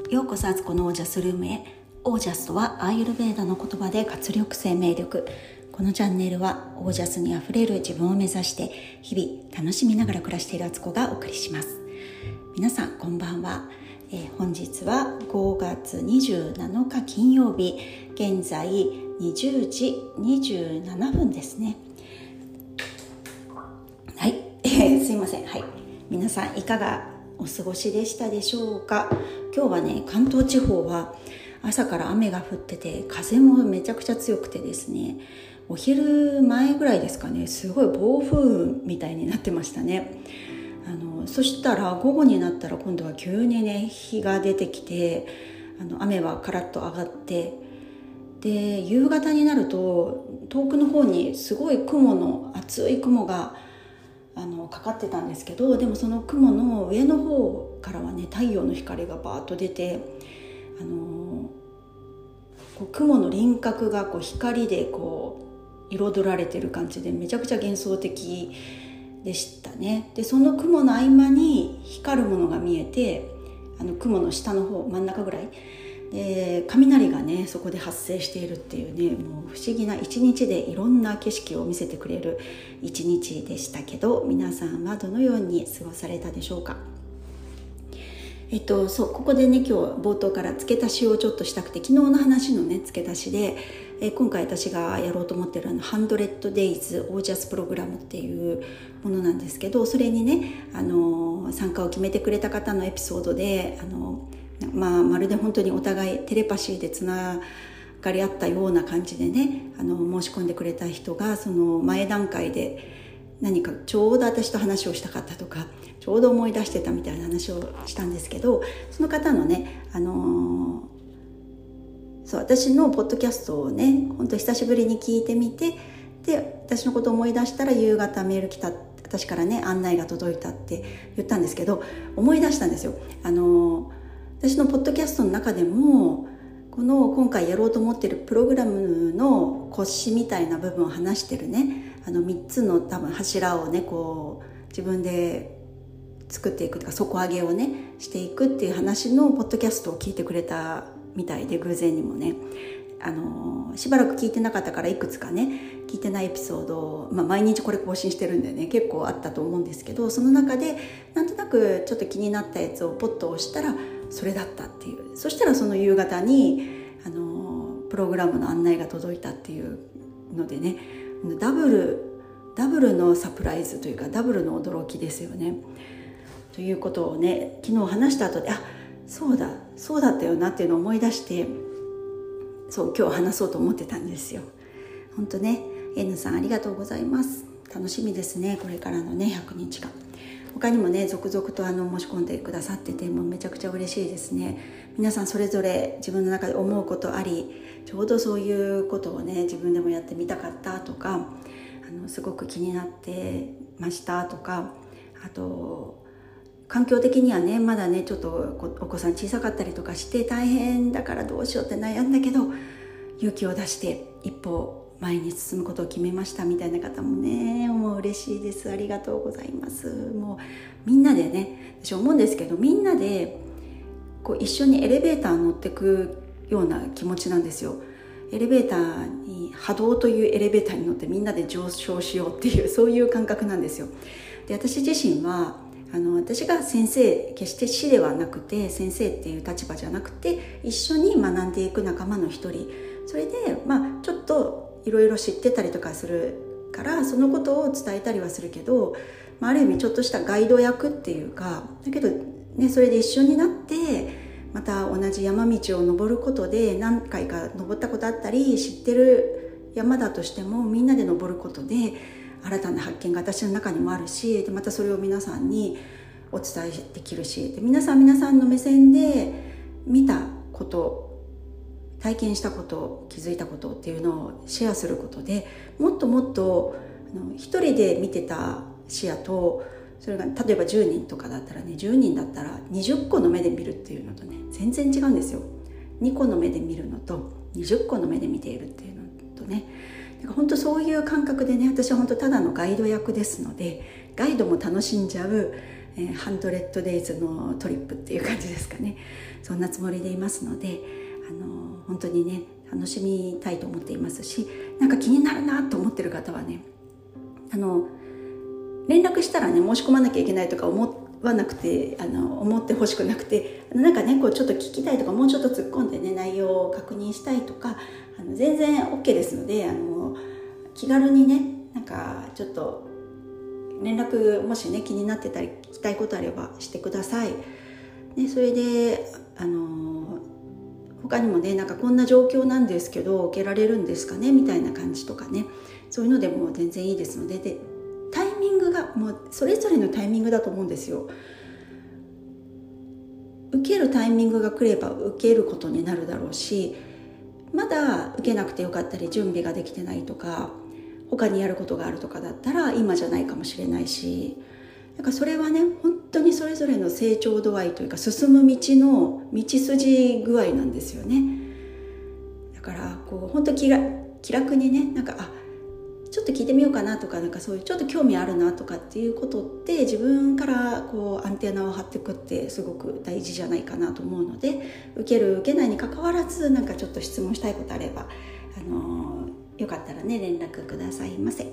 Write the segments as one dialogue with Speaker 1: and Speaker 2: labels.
Speaker 1: ようこそアツコのオージャスルームへ。オージャスとはアーユルヴェーダの言葉で活力生命力。このチャンネルはオージャスにあふれる自分を目指して日々楽しみながら暮らしているアツコがお送りします。皆さんこんばんは。本日は5月27日金曜日、現在20時27分ですね。はい、すいません。はい、皆さんいかがお過ごしでしたでしょうか。今日はね、関東地方は朝から雨が降ってて、風もめちゃくちゃ強くてですね、お昼前ぐらいですかね、すごい暴風雨みたいになってましたね。そしたら午後になったら今度は急にね、日が出てきて、雨はカラッと上がって、で夕方になると遠くの方にすごい厚い雲がかかってたんですけど、でもその雲の上の方からはね、太陽の光がバーッと出て、雲の輪郭が光で彩られてる感じで、めちゃくちゃ幻想的でしたね。でその雲の合間に光るものが見えて、雲の下の方、真ん中ぐらいで雷がね、そこで発生しているっていうね、もう不思議な一日でいろんな景色を見せてくれる一日でしたけど、皆さんはどのように過ごされたでしょうか。ここでね、今日冒頭から付け足しをちょっとしたくて、昨日の話のね付け足しで、今回私がやろうと思ってる100 Days オージャスプログラムっていうものなんですけど、それにね、参加を決めてくれた方のエピソードで、まるで本当にお互いテレパシーでつながり合ったような感じでね、申し込んでくれた人が、その前段階で何かちょうど私と話をしたかったとか、ちょうど思い出してたみたいな話をしたんですけど、その方のね、私のポッドキャストをね、本当久しぶりに聞いてみて、で私のことを思い出したら夕方メール来た、私からね案内が届いたって言ったんですけど、思い出したんですよ。私のポッドキャストの中でも、この今回やろうと思っているプログラムの骨子みたいな部分を話してるね、3つの多分柱をね、自分で作っていくとか、底上げをねしていくっていう話のポッドキャストを聞いてくれたみたいで、偶然にもね、しばらく聞いてなかったから、いくつかね聞いてないエピソードを、毎日これ更新してるんでね、結構あったと思うんですけど、その中でなんとなくちょっと気になったやつをポッと押したらそれだったっていう。そしたらその夕方にプログラムの案内が届いたっていうのでね、ダブルのサプライズというか、ダブルの驚きですよね。ということをね、昨日話した後で、そうだったよなっていうのを思い出して、今日話そうと思ってたんですよ。本当ね、N さんありがとうございます。楽しみですね、これからのね100日間。他にもね、続々と申し込んでくださってて、もうめちゃくちゃ嬉しいですね。皆さんそれぞれ自分の中で思うことあり、ちょうどそういうことをね、自分でもやってみたかったとか、すごく気になってましたとか、あと環境的にはね、まだねちょっとお子さん小さかったりとかして大変だからどうしようって悩んだけど、勇気を出して一歩前に進むことを決めましたみたいな方もね、もう嬉しいです。ありがとうございます。もうみんなでね、私思うんですけど、みんなで一緒にエレベーター乗ってくような気持ちなんですよ。エレベーターに、波動というエレベーターに乗ってみんなで上昇しようっていう、そういう感覚なんですよ。で私自身は私が先生、決して師ではなくて先生っていう立場じゃなくて、一緒に学んでいく仲間の一人。それでちょっといろいろ知ってたりとかするから、そのことを伝えたりはするけど、ある意味ちょっとしたガイド役っていうか、だけどね、それで一緒になってまた同じ山道を登ることで、何回か登ったことあったり知ってる山だとしても、みんなで登ることで新たな発見が私の中にもあるし、でまたそれを皆さんにお伝えできるし、で皆さんの目線で見たこと、体験したこと、気づいたことっていうのをシェアすることで、もっともっと一人で見てた視野と、それが例えば10人とかだったらね、10人だったら20個の目で見るっていうのとね、全然違うんですよ。2個の目で見るのと20個の目で見ているっていうのとね、だから本当そういう感覚でね、私は本当ただのガイド役ですので、ガイドも楽しんじゃう、 100days のトリップっていう感じですかね。そんなつもりでいますので、本当にね楽しみたいと思っていますし、なんか気になるなと思ってる方はね、連絡したらね申し込まなきゃいけないとか思わなくて、思ってほしくなくて、なんかねこうちょっと聞きたいとか、もうちょっと突っ込んでね内容を確認したいとか、全然 OK ですので、気軽にねなんかちょっと連絡もしね気になってたり聞きたいことあればしてください。でそれで他にもね、なんかこんな状況なんですけど受けられるんですかねみたいな感じとかね、そういうのでも全然いいですので、タイミングがもうそれぞれのタイミングだと思うんですよ。受けるタイミングが来れば受けることになるだろうし、まだ受けなくてよかったり準備ができてないとか他にやることがあるとかだったら今じゃないかもしれないし、なんかそれはね本当にそれぞれの成長度合いというか進む道の道筋具合なんですよね。だからこう本当気楽にね、なんかちょっと聞いてみようかなとか、なんかそういうちょっと興味あるなとかっていうことって自分からこうアンテナを張っていくってすごく大事じゃないかなと思うので、受ける受けないに関わらずなんかちょっと質問したいことあればよかったらね連絡くださいませ。はい。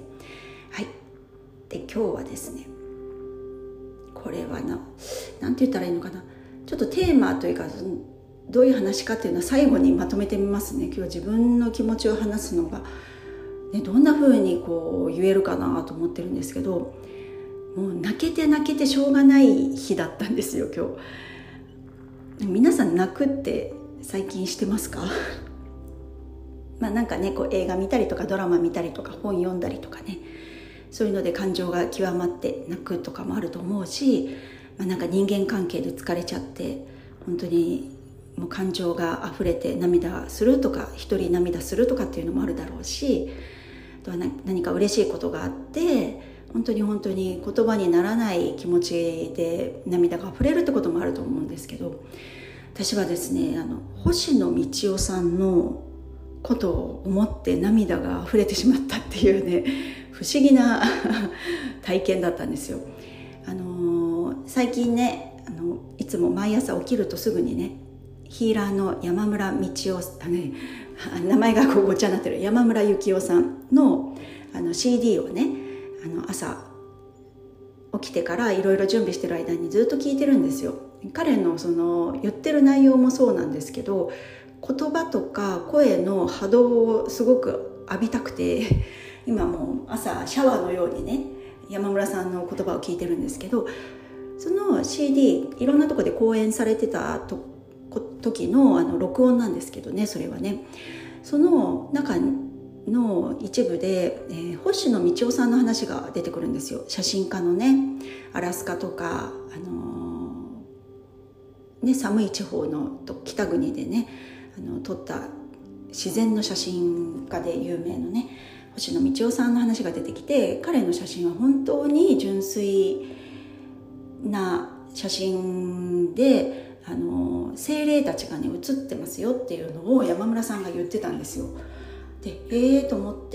Speaker 1: で今日はですね、これはなんて言ったらいいのかな、ちょっとテーマというかどういう話かっていうのは最後にまとめてみますね。今日は自分の気持ちを話すのが、ね、どんな風にこう言えるかなと思ってるんですけど、もう泣けてしょうがない日だったんですよ今日。皆さん泣くって最近してますか？なんかねこう映画見たりとかドラマ見たりとか本読んだりとかね、そういうので感情が極まって泣くとかもあると思うし、なんか人間関係で疲れちゃって本当にもう感情が溢れて涙するとか、一人涙するとかっていうのもあるだろうし、あとは何か嬉しいことがあって本当に言葉にならない気持ちで涙が溢れるってこともあると思うんですけど、私はですね星野道夫さんのことを思って涙が溢れてしまったっていうね不思議な体験だったんですよ。最近ねいつも毎朝起きるとすぐにねヒーラーの山村道夫名前がこうごっちゃになってる山村幸夫さんのCD をね朝起きてからいろいろ準備してる間にずっと聞いてるんですよ。彼のその言ってる内容もそうなんですけど、言葉とか声の波動をすごく浴びたくて、今もう朝シャワーのようにね山村さんの言葉を聞いてるんですけど、その CD いろんなとこで講演されてた時の録音なんですけどね、それはねその中の一部で、星野道夫さんの話が出てくるんですよ。写真家のね、アラスカとか、寒い地方の北国でね撮った自然の写真家で有名のね星野道夫さんの話が出てきて、彼の写真は本当に純粋な写真で精霊たちがね写ってますよっていうのを山村さんが言ってたんですよ。でと思って、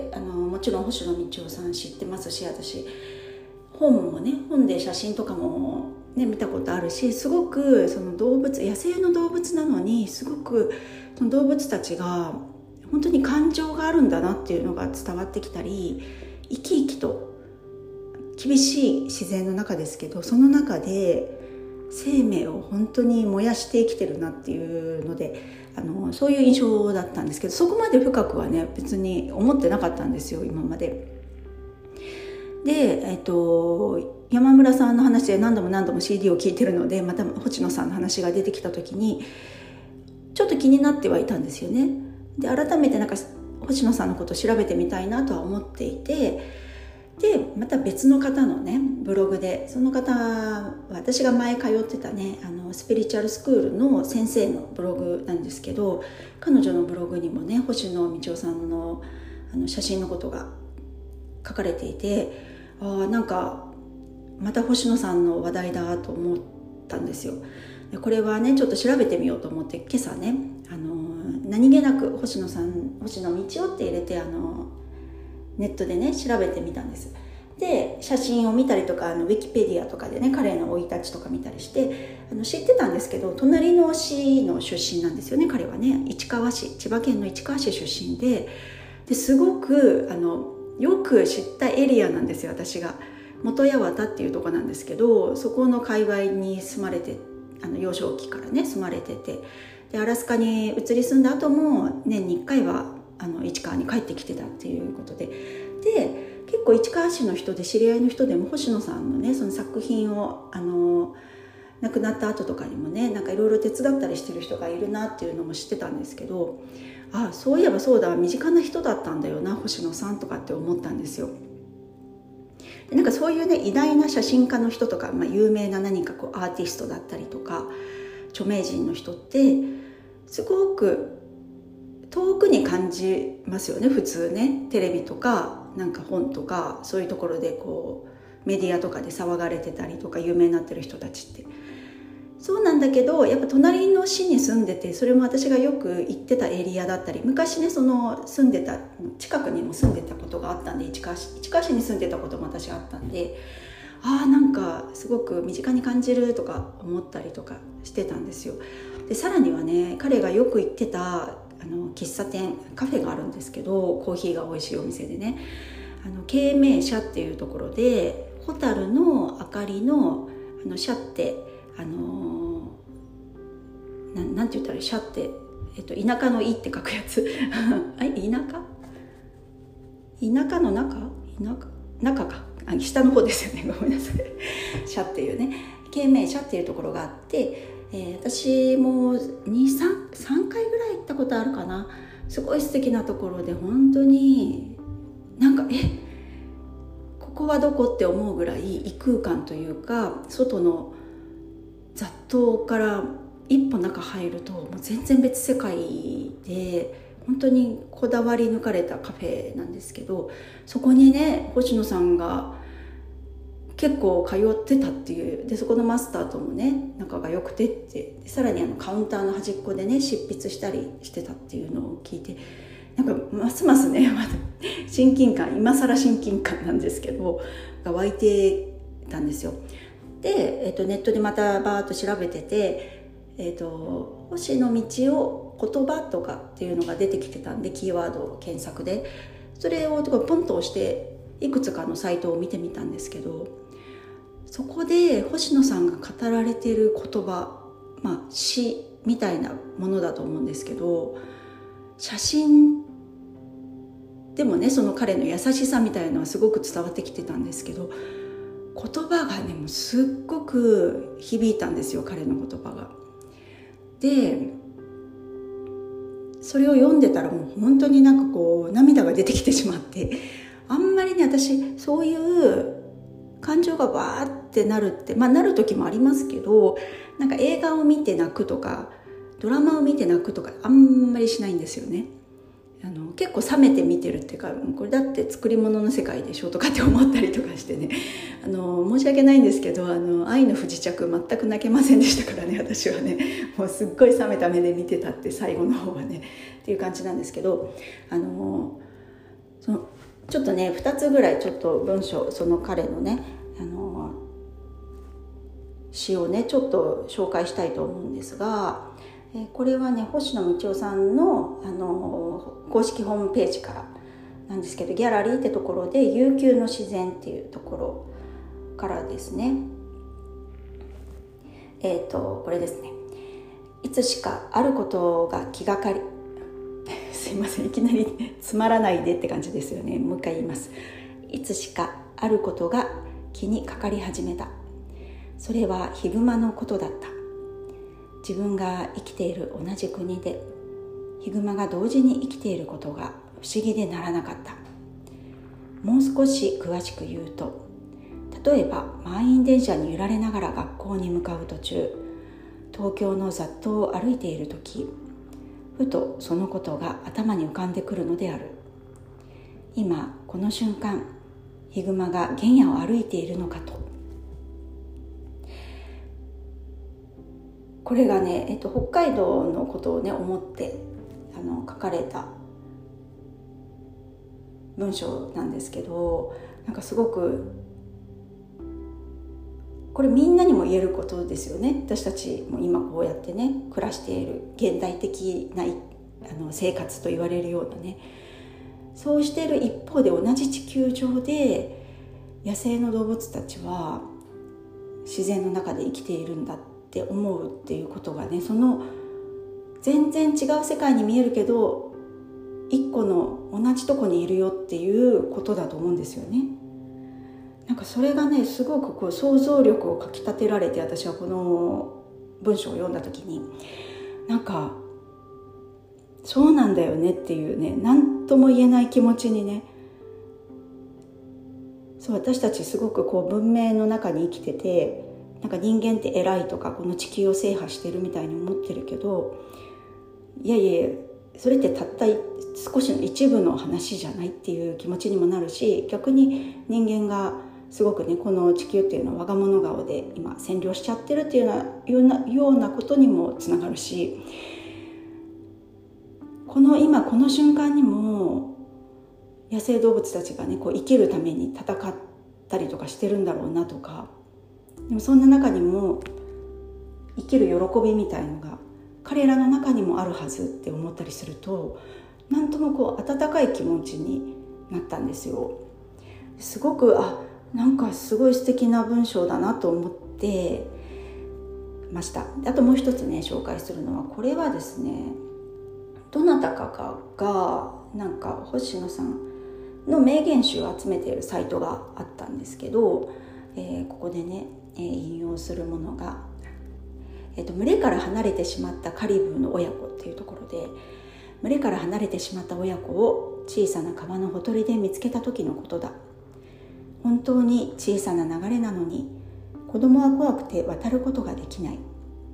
Speaker 1: もちろん星野道夫さん知ってますし、私本で写真とかも、ね、見たことあるし、すごくその野生の動物なのにすごくその動物たちが本当に感情があるんだなっていうのが伝わってきたり、生き生きと厳しい自然の中ですけど、その中で生命を本当に燃やして生きてるなっていうのでそういう印象だったんですけど、そこまで深くはね別に思ってなかったんですよ今まで。で、山村さんの話で何度も CD を聴いてるので、また星野さんの話が出てきた時にちょっと気になってはいたんですよね。で改めてなんか星野さんのことを調べてみたいなとは思っていて、でまた別の方のねブログで、その方は私が前通ってたねスピリチュアルスクールの先生のブログなんですけど、彼女のブログにもね星野道夫さんの写真のことが書かれていて、なんかまた星野さんの話題だと思ったんですよ。でこれはねちょっと調べてみようと思って今朝ね何気なく星野道夫って入れてネットでね調べてみたんです。 で写真を見たりとかウィキペディアとかでね彼の生い立ちとか見たりして知ってたんですけど、隣の市の出身なんですよね。彼はね市川市、千葉県の市川市出身ですごくよく知ったエリアなんですよ。私が本八幡っていうとこなんですけど、そこの界隈に住まれて幼少期からね住まれてて、でアラスカに移り住んだ後も年に1回は市川に帰ってきてたっていうことで、結構市川市の人で知り合いの人でも星野さんのねその作品を亡くなった後とかにもねなんかいろいろ手伝ったりしてる人がいるなっていうのも知ってたんですけど、そういえばそうだ、身近な人だったんだよな星野さんとかって思ったんですよ。でなんかそういうね偉大な写真家の人とか、有名な何かアーティストだったりとか著名人の人ってすごく遠くに感じますよね。普通ねテレビとかなんか本とかそういうところでメディアとかで騒がれてたりとか有名になってる人たちってそうなんだけど、やっぱ隣の市に住んでて、それも私がよく行ってたエリアだったり、昔ねその住んでた近くにも住んでたことがあったんで、市川市に住んでたことも私あったんで、なんかすごく身近に感じるとか思ったりとかしてたんですよ。でさらにはね彼がよく行ってた喫茶店カフェがあるんですけど、コーヒーが美味しいお店でね慶明社っていうところで蛍の明かりの社ってなんて言ったら社って、田舎のいって書くやつ田舎の中か下の方ですよね、ごめんなさい社っていうね慶明社っていうところがあって、私も3回ぐらい行ったことあるかな。すごい素敵なところで、本当になんかここはどこって思うぐらい異空間というか、外の雑踏から一歩中入るともう全然別世界で、本当にこだわり抜かれたカフェなんですけど、そこにね星野さんが結構通ってたっていう。でそこのマスターともね仲が良くてって、さらにカウンターの端っこでね執筆したりしてたっていうのを聞いて、なんかますますねまだ今更親近感なんですけどが湧いてたんですよ。で、ネットでまたバーッと調べてて、星の道を言葉とかっていうのが出てきてたんで、キーワード検索でそれをポンと押していくつかのサイトを見てみたんですけど、そこで星野さんが語られている言葉、詩みたいなものだと思うんですけど、写真でもねその彼の優しさみたいなのはすごく伝わってきてたんですけど、言葉がねもうすっごく響いたんですよ、彼の言葉が。でそれを読んでたらもう本当になんか涙が出てきてしまって、あんまりね私そういう感情がわーってなるって、なる時もありますけど、なんか映画を見て泣くとかドラマを見て泣くとかあんまりしないんですよね。結構冷めて見てるっていうか、これだって作り物の世界でしょとかって思ったりとかしてね申し訳ないんですけど愛の不時着全く泣けませんでしたからね、私はねもうすっごい冷めた目で見てたって、最後の方はねっていう感じなんですけど、ちょっとね2つぐらいちょっと文章、その彼のね詩をねちょっと紹介したいと思うんですが、これはね星野道夫さんの、公式ホームページからなんですけど、ギャラリーってところで悠久の自然っていうところからですね、これですね。いつしかあることが気がかりすいません、いきなりつまらないでって感じですよね。もう一回言います。いつしかあることが気にかかり始めた。それはヒグマのことだった。自分が生きている同じ国でヒグマが同時に生きていることが不思議でならなかった。もう少し詳しく言うと、例えば満員電車に揺られながら学校に向かう途中、東京の雑踏を歩いているとき、ふとそのことが頭に浮かんでくるのである。今この瞬間、ヒグマが原野を歩いているのかと。これがね、北海道のことをね思って書かれた文章なんですけど、 なんかすごくこれみんなにも言えることですよね。私たちも今こうやってね暮らしている現代的な生活と言われるようなね、そうしている一方で同じ地球上で野生の動物たちは自然の中で生きているんだって思うっていうことがね、その全然違う世界に見えるけど一個の同じとこにいるよっていうことだと思うんですよね。なんかそれがねすごくこう想像力をかきたてられて、私はこの文章を読んだ時になんかそうなんだよねっていうね、何とも言えない気持ちにね、そう私たちすごくこう文明の中に生きてて、なんか人間って偉いとかこの地球を制覇してるみたいに思ってるけど、いやいやそれってたった少しの一部の話じゃないっていう気持ちにもなるし、逆に人間がすごくねこの地球っていうのは我が物顔で今占領しちゃってるっていうようなことにもつながるし、今この瞬間にも野生動物たちがねこう生きるために戦ったりとかしてるんだろうなとか、でもそんな中にも生きる喜びみたいのが彼らの中にもあるはずって思ったりすると、なんともこう温かい気持ちになったんですよ。すごくなんかすごい素敵な文章だなと思ってました。あともう一つね紹介するのは、これはですねどなたかがなんか星野さんの名言集を集めているサイトがあったんですけど、ここでね、引用するものが、群れから離れてしまったカリブーの親子っていうところで、群れから離れてしまった親子を小さな川のほとりで見つけた時のことだ。本当に小さな流れなのに子供は怖くて渡ることができない。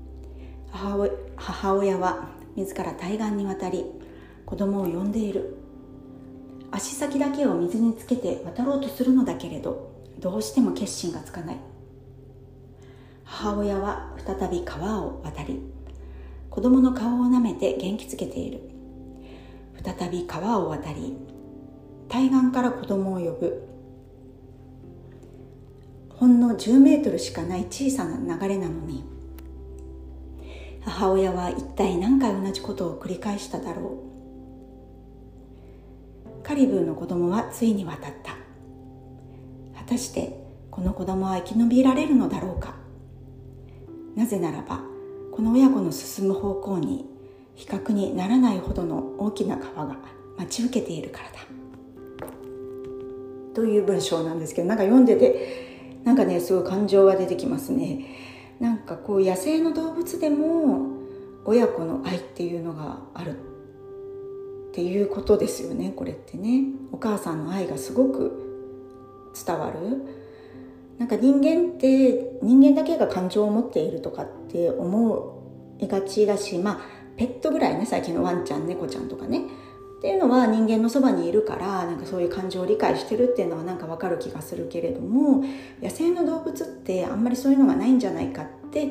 Speaker 1: 母親は自ら対岸に渡り子供を呼んでいる。足先だけを水につけて渡ろうとするのだけれど、どうしても決心がつかない。母親は再び川を渡り子供の顔を舐めて元気づけている。再び川を渡り対岸から子供を呼ぶ。ほんの10メートルしかない小さな流れなのに、母親は一体何回同じことを繰り返しただろう。カリブーの子供はついに渡った。果たしてこの子供は生き延びられるのだろうか。なぜならばこの親子の進む方向に比較にならないほどの大きな川が待ち受けているからだ。という文章なんですけど、なんか読んでてなんかねすごい感情が出てきますね。なんかこう野生の動物でも親子の愛っていうのがあるっていうことですよね。これってね、お母さんの愛がすごく伝わる。なんか人間だけが感情を持っているとかって思いがちだし、ペットぐらいね、最近のワンちゃん猫ちゃんとかねっていうのは人間のそばにいるから、なんかそういう感情を理解してるっていうのはなんかわかる気がするけれども、野生の動物ってあんまりそういうのがないんじゃないかって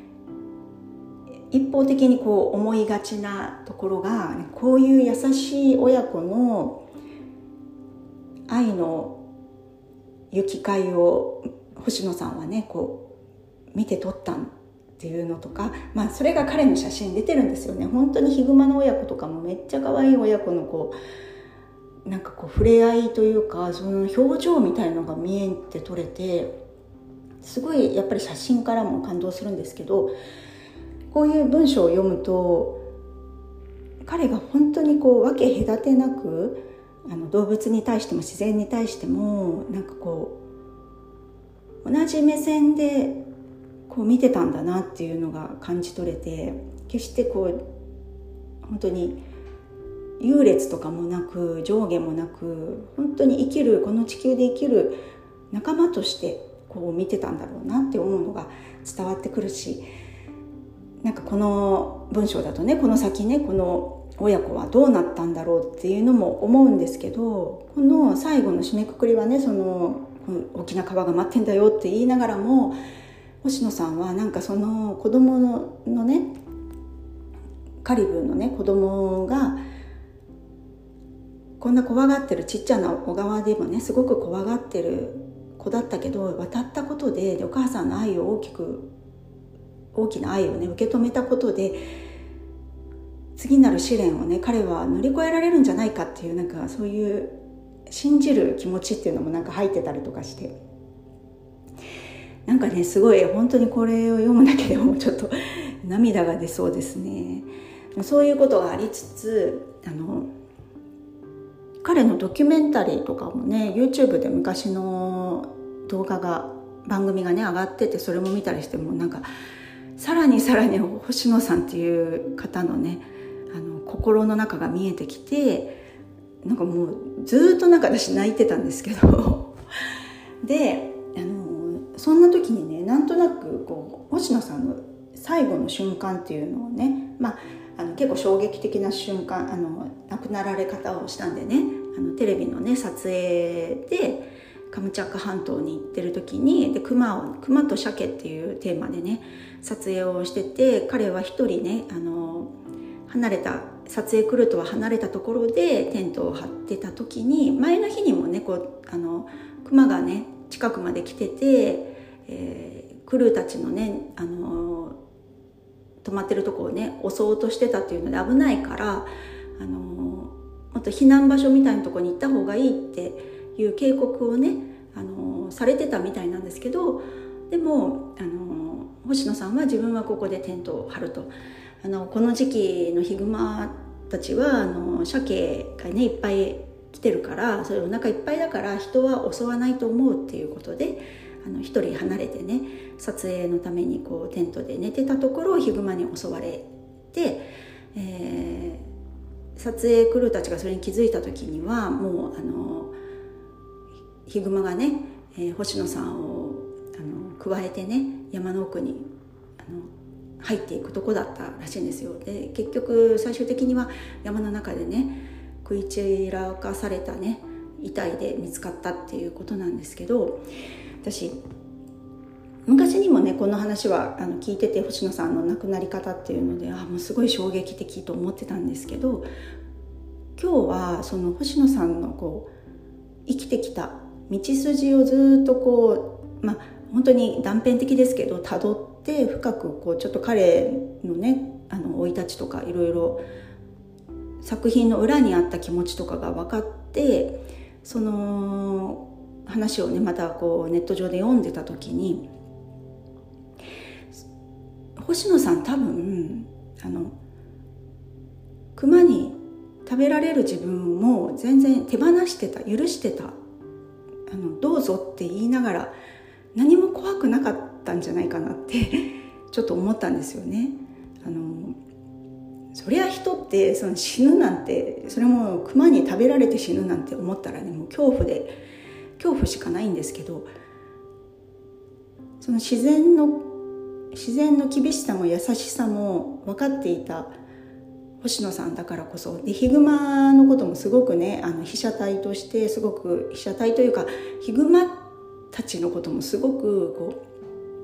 Speaker 1: 一方的にこう思いがちなところが、こういう優しい親子の愛の行き交いを星野さんはねこう見て撮ったっていうのとか、それが彼の写真に出てるんですよね。本当にヒグマの親子とかもめっちゃ可愛い親子のこうなんかこう触れ合いというか、その表情みたいのが見えて撮れて、すごいやっぱり写真からも感動するんですけど、こういう文章を読むと彼が本当にこう分け隔てなく動物に対しても自然に対してもなんかこう同じ目線でこう見てたんだなっていうのが感じ取れて、決してこう本当に優劣とかもなく上下もなく、本当に生きるこの地球で生きる仲間としてこう見てたんだろうなって思うのが伝わってくるし、なんかこの文章だとねこの先ねこの親子はどうなったんだろうっていうのも思うんですけど、この最後の締めくくりはねその大きな川が待ってんだよって言いながらも、星野さんはなんかその子供のねカリブーのね子供がこんな怖がってるちっちゃな小川でもねすごく怖がってる子だったけど、渡ったことでお母さんの愛を大きな愛をね受け止めたことで、次なる試練をね彼は乗り越えられるんじゃないかっていう、なんかそういう信じる気持ちっていうのもなんか入ってたりとかして、なんかねすごい本当にこれを読むだけでもちょっと涙が出そうですね。そういうことがありつつ、彼のドキュメンタリーとかもね YouTube で昔の番組がね上がってて、それも見たりしてもなんかさらに星野さんっていう方のね心の中が見えてきて、なんかもうずっとなんか私泣いてたんですけどでそんな時にねなんとなくこう星野さんの最後の瞬間っていうのをね、結構衝撃的な瞬間、亡くなられ方をしたんでね、テレビのね撮影でカムチャッカ半島に行ってる時にで熊と鮭っていうテーマでね撮影をしてて、彼は一人ね離れた撮影クルーとは離れたところでテントを張ってた時に、前の日にもね熊がね近くまで来てて、クルーたちのね泊まってるとこをね襲おうとしてたっていうので危ないから、もっと避難場所みたいなところに行った方がいいっていう警告をね、されてたみたいなんですけど、でも星野さんは自分はここでテントを張ると。この時期のヒグマたちは鮭がねいっぱい来てるから、それお腹いっぱいだから人は襲わないと思うっていうことで一人離れてね撮影のためにこうテントで寝てたところをヒグマに襲われて、撮影クルーたちがそれに気づいた時にはもうヒグマがね、星野さんを加えてね山の奥に入っていくとこだったらしいんですよ。で結局最終的には山の中でね食い散らかされたね遺体で見つかったっていうことなんですけど、私昔にもねこの話は聞いてて、星野さんの亡くなり方っていうのでもうすごい衝撃的と思ってたんですけど、今日はその星野さんのこう生きてきた道筋をずっとこう本当に断片的ですけど辿って深くこうちょっと彼のね生い立ちとかいろいろ作品の裏にあった気持ちとかが分かって、その話をねまたこうネット上で読んでた時に、星野さん多分熊に食べられる自分も全然手放してた、許してた、どうぞって言いながら何も怖くなかったんじゃないかなってちょっと思ったんですよね。そりゃ人って死ぬなんて、それも熊に食べられて死ぬなんて思ったらねもう恐怖しかないんですけど、その自然の厳しさも優しさも分かっていた星野さんだからこそで、ヒグマのこともすごくね被写体としてすごく被写体というかヒグマたちのこともすごくこう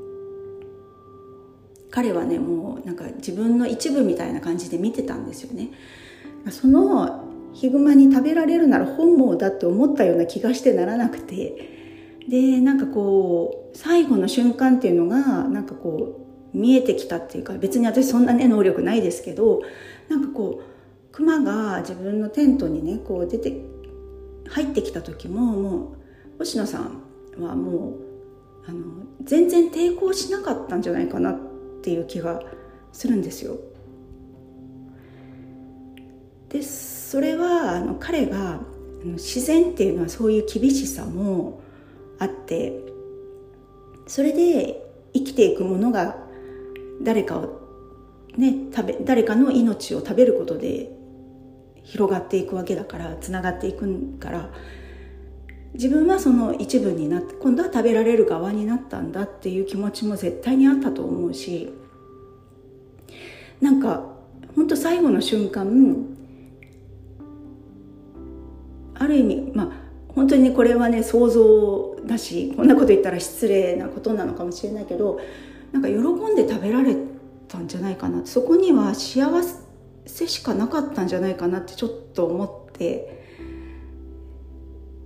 Speaker 1: 彼はねもうなんか自分の一部みたいな感じで見てたんですよね。そのヒグマに食べられるなら本望だって思ったような気がしてならなくて、でなんかこう最後の瞬間っていうのがなんかこう見えてきたっていうか、別に私そんなね能力ないですけど、なんかこうクマが自分のテントにねこう入ってきた時もう星野さんはもう全然抵抗しなかったんじゃないかなっていう気がするんですよ。でそれは彼が自然っていうのはそういう厳しさもあって、それで生きていくものが誰かの命を食べることで広がっていくわけだから、つながっていくから、自分はその一部になって今度は食べられる側になったんだっていう気持ちも絶対にあったと思うし、なんか本当最後の瞬間ある意味本当にこれはね想像だし、こんなこと言ったら失礼なことなのかもしれないけど、なんか喜んで食べられたんじゃないかなって、そこには幸せしかなかったんじゃないかなってちょっと思って、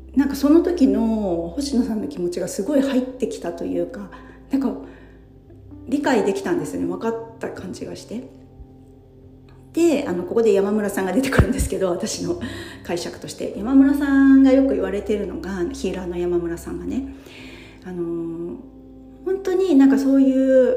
Speaker 1: なんかその時の星野さんの気持ちがすごい入ってきたというか、なんか理解できたんですね。分かった感じがして。でここで山村さんが出てくるんですけど、私の解釈として山村さんがよく言われているのが、ヒーラーの山村さんがね、本当になんかそういう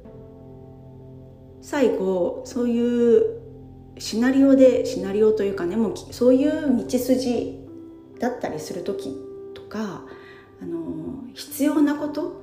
Speaker 1: 最後そういうシナリオというかね、もうそういう道筋だったりする時とか必要なこと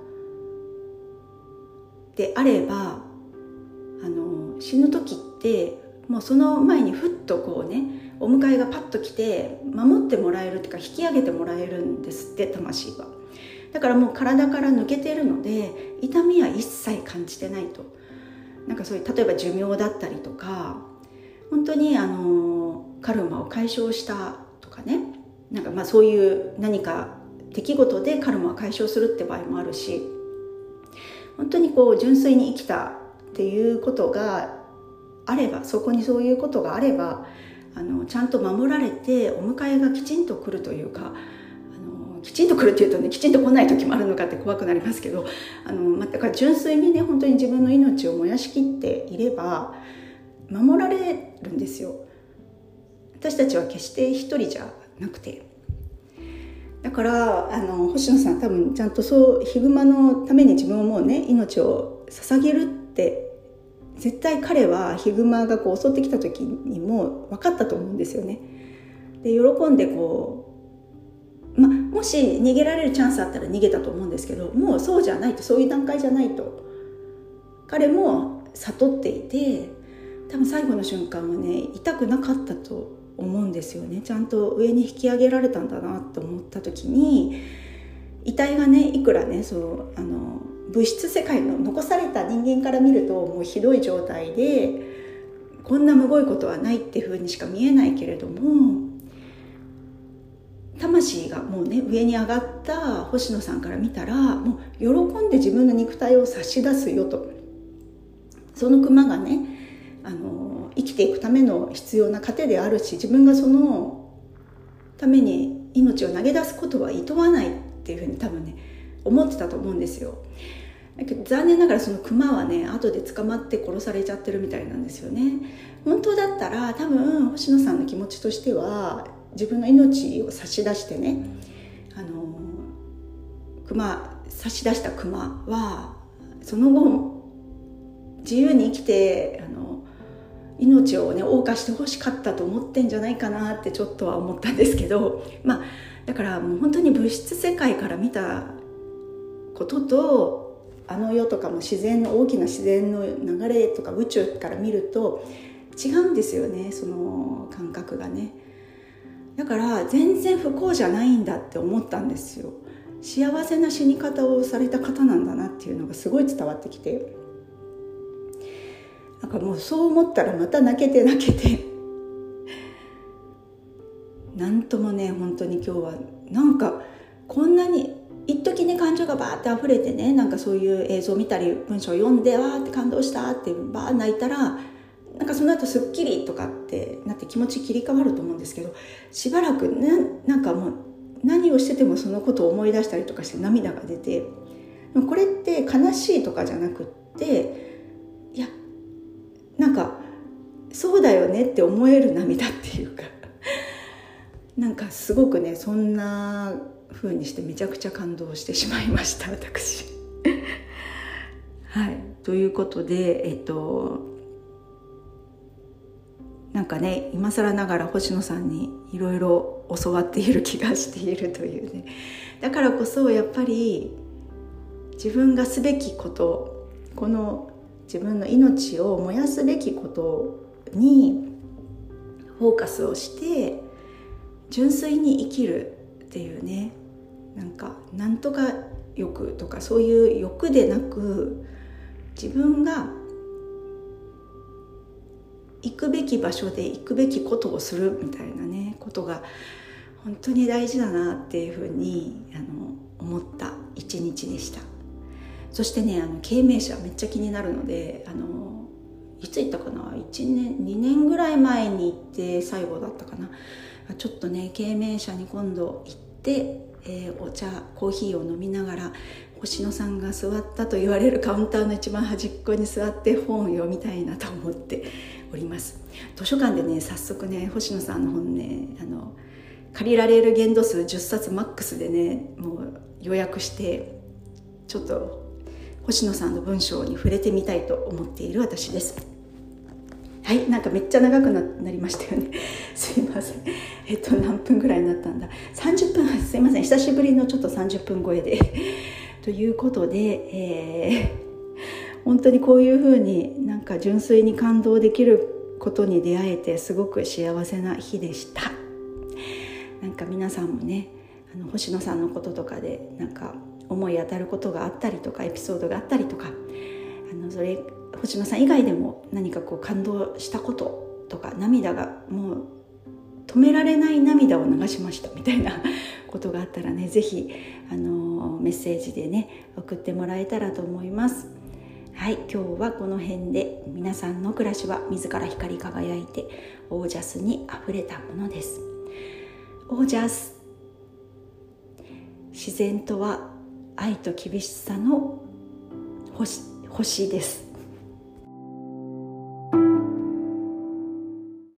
Speaker 1: であれば死ぬ時ってもうその前にふっとこうね、お迎えがパッと来て守ってもらえるっていうか、引き上げてもらえるんですって、魂は。だからもう体から抜けてるので痛みは一切感じてないと。なんかそういう例えば寿命だったりとか、本当にカルマを解消したとかね、なんかまあそういう何か出来事でカルマを解消するって場合もあるし、本当にこう純粋に生きたっていうことがあれば、そこにそういうことがあればちゃんと守られてお迎えがきちんと来るというか、きちんと来るっていうとね、きちんと来ない時もあるのかって怖くなりますけど、だから純粋にね、本当に自分の命を燃やしきっていれば守られるんですよ。私たちは決して一人じゃなくて。だから星野さん多分ちゃんとそうヒグマのために自分をもうね、命を捧げるって絶対彼はヒグマがこう襲ってきた時にも分かったと思うんですよね。で喜んでこう、もし逃げられるチャンスあったら逃げたと思うんですけど、もうそうじゃないと、そういう段階じゃないと彼も悟っていて、多分最後の瞬間はね、痛くなかったと思うんですよね。ちゃんと上に引き上げられたんだなと思った時に、遺体がね、いくらね、物質世界の残された人間から見るともうひどい状態で、こんなむごいことはないっていう風にしか見えないけれども、魂がもうね、上に上がった星野さんから見たら、もう喜んで自分の肉体を差し出すよと。その熊がね、生きていくための必要な糧であるし、自分がそのために命を投げ出すことはいとわないっていうふうに多分ね、思ってたと思うんですよ。だけど残念ながらその熊はね、後で捕まって殺されちゃってるみたいなんですよね。本当だったら多分星野さんの気持ちとしては、自分の命を差し出してね、差し出した熊はその後自由に生きて命をね謳歌してほしかったと思ってんじゃないかなってちょっとは思ったんですけど、だからもう本当に物質世界から見たことと世とかも大きな自然の流れとか宇宙から見ると違うんですよね、その感覚がね。だから全然不幸じゃないんだって思ったんですよ。幸せな死に方をされた方なんだなっていうのがすごい伝わってきて、なんかもうそう思ったらまた泣けてなんともね、本当に今日はなんかこんなに一時ね、感情がバーって溢れてね、なんかそういう映像を見たり文章を読んでわーって感動したってバー泣いたら、なんかその後すっきりとかってなって気持ち切り替わると思うんですけど、しばらくなんかもう何をしててもそのことを思い出したりとかして涙が出て、これって悲しいとかじゃなくって、いやなんかそうだよねって思える涙っていうかなんかすごくね、そんな風にしてめちゃくちゃ感動してしまいました私はい、ということでなんかね、今更ながら星野さんにいろいろ教わっている気がしているというね。だからこそやっぱり自分がすべきこと、この自分の命を燃やすべきことにフォーカスをして純粋に生きるっていうね、なんとか欲とかそういう欲でなく、自分が行くべき場所で行くべきことをするみたいなね、ことが本当に大事だなっていうふうに思った一日でした。そしてね、慶明社めっちゃ気になるので、いつ行ったかな、1年2年ぐらい前に行って最後だったかな。ちょっとね、慶明社に今度行って、お茶コーヒーを飲みながら星野さんが座ったと言われるカウンターの一番端っこに座って本を読みたいなと思っております。図書館でね早速ね星野さんの本ね借りられる限度数10冊マックスでねもう予約してちょっと星野さんの文章に触れてみたいと思っている私です。はい、なんかめっちゃ長く なりましたよねすいません。何分ぐらいになったんだ。30分、すいません、久しぶりのちょっと30分超えでということで、本当にこういうふうになんか純粋に感動できることに出会えてすごく幸せな日でした。なんか皆さんもね星野さんのこととかでなんか思い当たることがあったりとかエピソードがあったりとかそれ星野さん以外でも何かこう感動したこととか涙がもう止められない涙を流しましたみたいなことがあったらねぜひメッセージでね送ってもらえたらと思います。はい、今日はこの辺で皆さんの暮らしは自ら光り輝いてオージャスにあふれたものです。オージャス、自然とは愛と厳しさの星です。